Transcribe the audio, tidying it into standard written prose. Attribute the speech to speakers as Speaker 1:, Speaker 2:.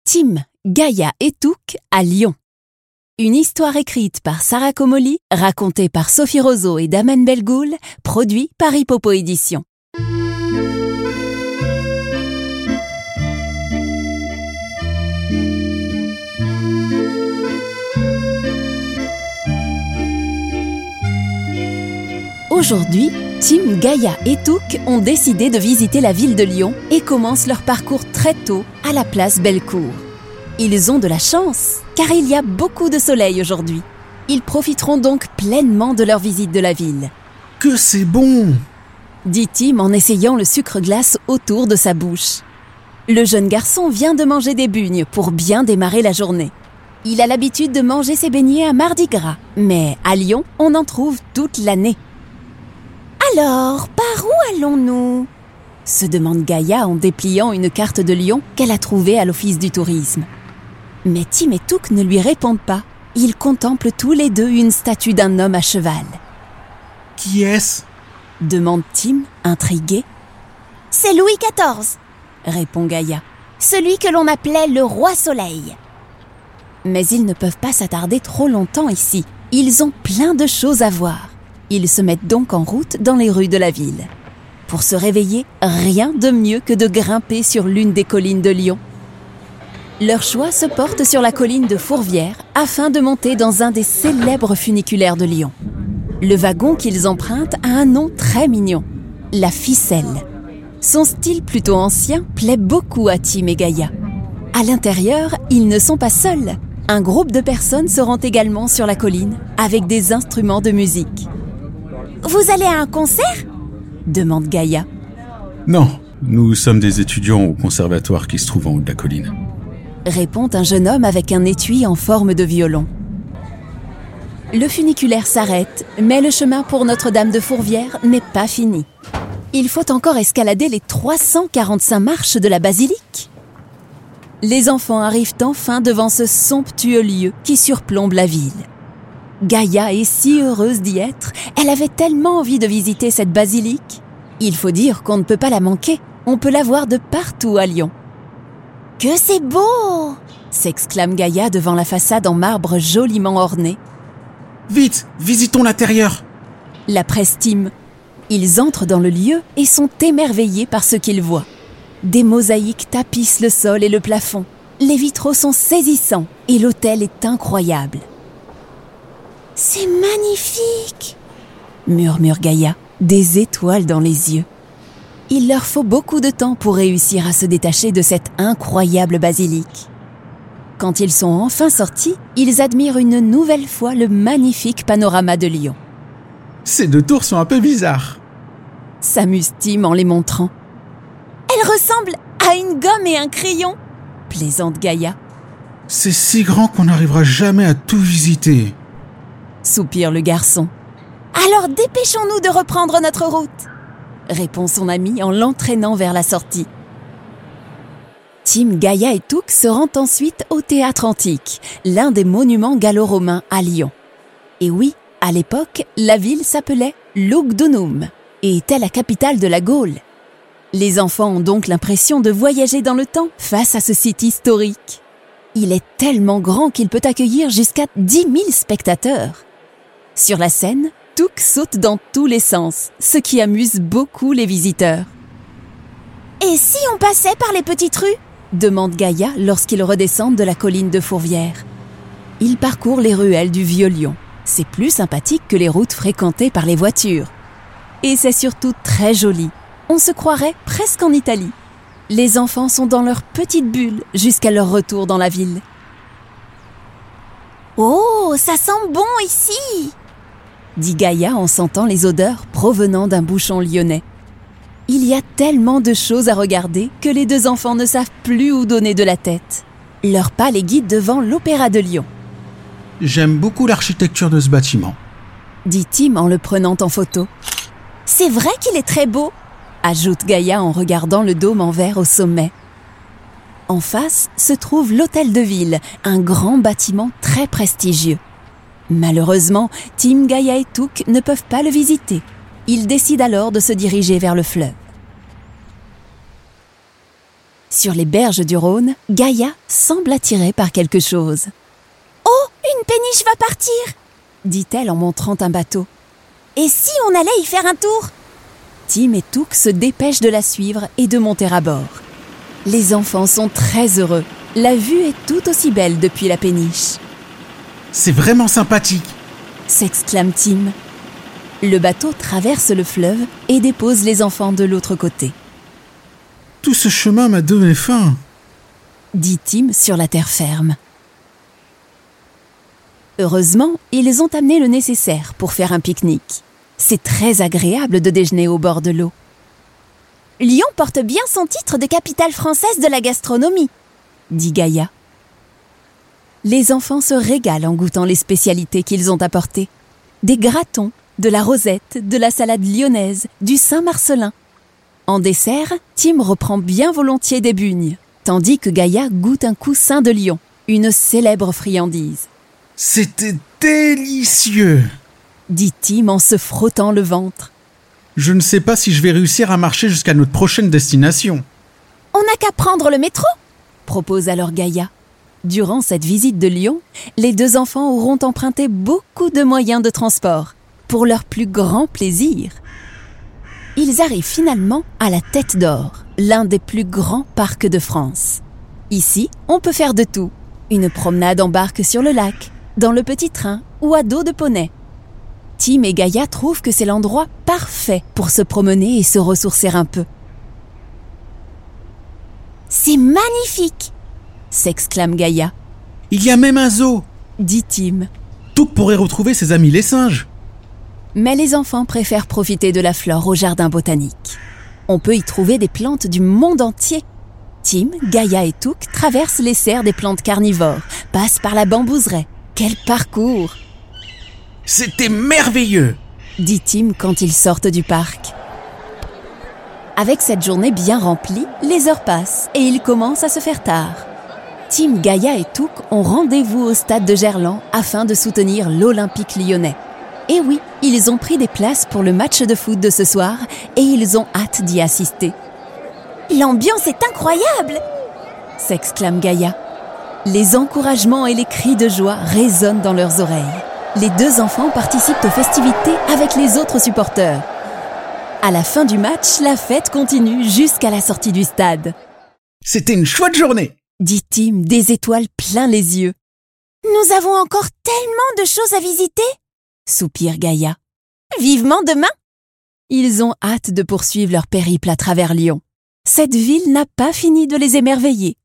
Speaker 1: Tim, Gaïa et Touk à Lyon. Une histoire écrite par Sarah Comolli, racontée par Sophie Roseau et Damen Belgoul, produit par Hippopo Éditions. Aujourd'hui, Tim, Gaïa et Touk ont décidé de visiter la ville de Lyon et commencent leur parcours très tôt à la place Bellecour. Ils ont de la chance, car il y a beaucoup de soleil aujourd'hui. Ils profiteront donc pleinement de leur visite de la ville.
Speaker 2: Que c'est bon!
Speaker 1: Dit Tim en essayant le sucre glace autour de sa bouche. Le jeune garçon vient de manger des bugnes pour bien démarrer la journée. Il a l'habitude de manger ses beignets à Mardi Gras, mais à Lyon, on en trouve toute l'année. Alors, par où allons-nous ? Se demande Gaïa en dépliant une carte de Lyon qu'elle a trouvée à l'office du tourisme. Mais Tim et Touk ne lui répondent pas. Ils contemplent tous les deux une statue d'un homme à cheval.
Speaker 2: Qui est-ce ?
Speaker 1: Demande Tim, intrigué.
Speaker 3: C'est Louis XIV,
Speaker 1: répond Gaïa.
Speaker 3: Celui que l'on appelait le roi soleil.
Speaker 1: Mais ils ne peuvent pas s'attarder trop longtemps ici. Ils ont plein de choses à voir. Ils se mettent donc en route dans les rues de la ville. Pour se réveiller, rien de mieux que de grimper sur l'une des collines de Lyon. Leur choix se porte sur la colline de Fourvière afin de monter dans un des célèbres funiculaires de Lyon. Le wagon qu'ils empruntent a un nom très mignon, la Ficelle. Son style plutôt ancien plaît beaucoup à Tim et Gaïa. À l'intérieur, ils ne sont pas seuls. Un groupe de personnes se rend également sur la colline avec des instruments de musique.
Speaker 3: Vous allez à un concert ?
Speaker 1: Demande Gaïa.
Speaker 2: Non, nous sommes des étudiants au conservatoire qui se trouve en haut de la colline.
Speaker 1: Répond un jeune homme avec un étui en forme de violon. Le funiculaire s'arrête, mais le chemin pour Notre-Dame de Fourvière n'est pas fini. Il faut encore escalader les 345 marches de la basilique. Les enfants arrivent enfin devant ce somptueux lieu qui surplombe la ville. Gaïa est si heureuse d'y être, elle avait tellement envie de visiter cette basilique. Il faut dire qu'on ne peut pas la manquer, on peut la voir de partout à Lyon.
Speaker 3: « Que c'est beau !»
Speaker 1: s'exclame Gaïa devant la façade en marbre joliment ornée.
Speaker 2: « Vite, visitons l'intérieur !»
Speaker 1: la presse Tim. Ils entrent dans le lieu et sont émerveillés par ce qu'ils voient. Des mosaïques tapissent le sol et le plafond. Les vitraux sont saisissants et l'autel est incroyable.
Speaker 3: « C'est magnifique !»
Speaker 1: murmure Gaïa, des étoiles dans les yeux. Il leur faut beaucoup de temps pour réussir à se détacher de cette incroyable basilique. Quand ils sont enfin sortis, ils admirent une nouvelle fois le magnifique panorama de Lyon.
Speaker 2: Ces deux tours sont un peu bizarres.
Speaker 1: S'amuse Tim en les montrant.
Speaker 3: Elles ressemblent à une gomme et un crayon,
Speaker 1: plaisante Gaïa.
Speaker 2: C'est si grand qu'on n'arrivera jamais à tout visiter.
Speaker 1: Soupire le garçon.
Speaker 3: Alors dépêchons-nous de reprendre notre route,
Speaker 1: répond son ami en l'entraînant vers la sortie. Tim, Gaïa et Touk se rendent ensuite au Théâtre Antique, l'un des monuments gallo-romains à Lyon. Et oui, à l'époque, la ville s'appelait Lugdunum et était la capitale de la Gaule. Les enfants ont donc l'impression de voyager dans le temps face à ce site historique. Il est tellement grand qu'il peut accueillir jusqu'à 10 000 spectateurs. Sur la scène, Touk saute dans tous les sens, ce qui amuse beaucoup les visiteurs.
Speaker 3: « Et si on passait par les petites rues ?»
Speaker 1: demande Gaïa lorsqu'ils redescendent de la colline de Fourvière. Ils parcourent les ruelles du vieux Lyon. C'est plus sympathique que les routes fréquentées par les voitures. Et c'est surtout très joli. On se croirait presque en Italie. Les enfants sont dans leur petite bulle jusqu'à leur retour dans la ville.
Speaker 3: « Oh, ça sent bon ici !»
Speaker 1: dit Gaïa en sentant les odeurs provenant d'un bouchon lyonnais. Il y a tellement de choses à regarder que les deux enfants ne savent plus où donner de la tête. Leur pas les guide devant l'Opéra de Lyon.
Speaker 2: « J'aime beaucoup l'architecture de ce bâtiment, »
Speaker 1: dit Tim en le prenant en photo.
Speaker 3: « C'est vrai qu'il est très beau !»
Speaker 1: ajoute Gaïa en regardant le dôme en verre au sommet. En face se trouve l'hôtel de ville, un grand bâtiment très prestigieux. Malheureusement, Tim, Gaïa et Touk ne peuvent pas le visiter. Ils décident alors de se diriger vers le fleuve. Sur les berges du Rhône, Gaïa semble attirée par quelque chose.
Speaker 3: « Oh, une péniche va partir !»
Speaker 1: dit-elle en montrant un bateau.
Speaker 3: « Et si on allait y faire un tour ?»
Speaker 1: Tim et Touk se dépêchent de la suivre et de monter à bord. Les enfants sont très heureux. La vue est tout aussi belle depuis la péniche.
Speaker 4: « C'est vraiment sympathique !»
Speaker 1: s'exclame Tim. Le bateau traverse le fleuve et dépose les enfants de l'autre côté.
Speaker 4: « Tout ce chemin m'a donné faim !»
Speaker 1: dit Tim sur la terre ferme. Heureusement, ils ont amené le nécessaire pour faire un pique-nique. C'est très agréable de déjeuner au bord de l'eau.
Speaker 3: Lyon porte bien son titre de capitale française de la gastronomie,
Speaker 1: dit Gaïa. Les enfants se régalent en goûtant les spécialités qu'ils ont apportées. Des gratons, de la rosette, de la salade lyonnaise, du Saint-Marcelin. En dessert, Tim reprend bien volontiers des bugnes, tandis que Gaïa goûte un coussin de Lyon, une célèbre friandise.
Speaker 4: « C'était délicieux !»
Speaker 1: dit Tim en se frottant le ventre.
Speaker 4: « Je ne sais pas si je vais réussir à marcher jusqu'à notre prochaine destination. »«
Speaker 3: On n'a qu'à prendre le métro !»
Speaker 1: propose alors Gaïa. Durant cette visite de Lyon, les deux enfants auront emprunté beaucoup de moyens de transport, pour leur plus grand plaisir. Ils arrivent finalement à la Tête d'Or, l'un des plus grands parcs de France. Ici, on peut faire de tout. Une promenade en barque sur le lac, dans le petit train ou à dos de poney. Tim et Gaïa trouvent que c'est l'endroit parfait pour se promener et se ressourcer un peu.
Speaker 3: « C'est magnifique !»
Speaker 1: s'exclame Gaïa.
Speaker 4: « Il y a même un zoo !»
Speaker 1: dit Tim.
Speaker 4: « Touk pourrait retrouver ses amis les singes !»
Speaker 1: Mais les enfants préfèrent profiter de la flore au jardin botanique. On peut y trouver des plantes du monde entier. Tim, Gaïa et Touk traversent les serres des plantes carnivores, passent par la bambouseraie. Quel parcours!
Speaker 4: C'était merveilleux,
Speaker 1: dit Tim quand ils sortent du parc. Avec cette journée bien remplie, les heures passent et il commence à se faire tard. Tim, Gaïa et Touk ont rendez-vous au stade de Gerland afin de soutenir l'Olympique lyonnais. Et oui, ils ont pris des places pour le match de foot de ce soir et ils ont hâte d'y assister.
Speaker 3: « L'ambiance est incroyable !»
Speaker 1: s'exclame Gaïa. Les encouragements et les cris de joie résonnent dans leurs oreilles. Les deux enfants participent aux festivités avec les autres supporters. À la fin du match, la fête continue jusqu'à la sortie du stade.
Speaker 4: « C'était une chouette journée !»
Speaker 1: dit Tim, des étoiles plein les yeux.
Speaker 3: « Nous avons encore tellement de choses à visiter !»
Speaker 1: soupire Gaïa.
Speaker 3: « Vivement demain !»
Speaker 1: Ils ont hâte de poursuivre leur périple à travers Lyon. Cette ville n'a pas fini de les émerveiller.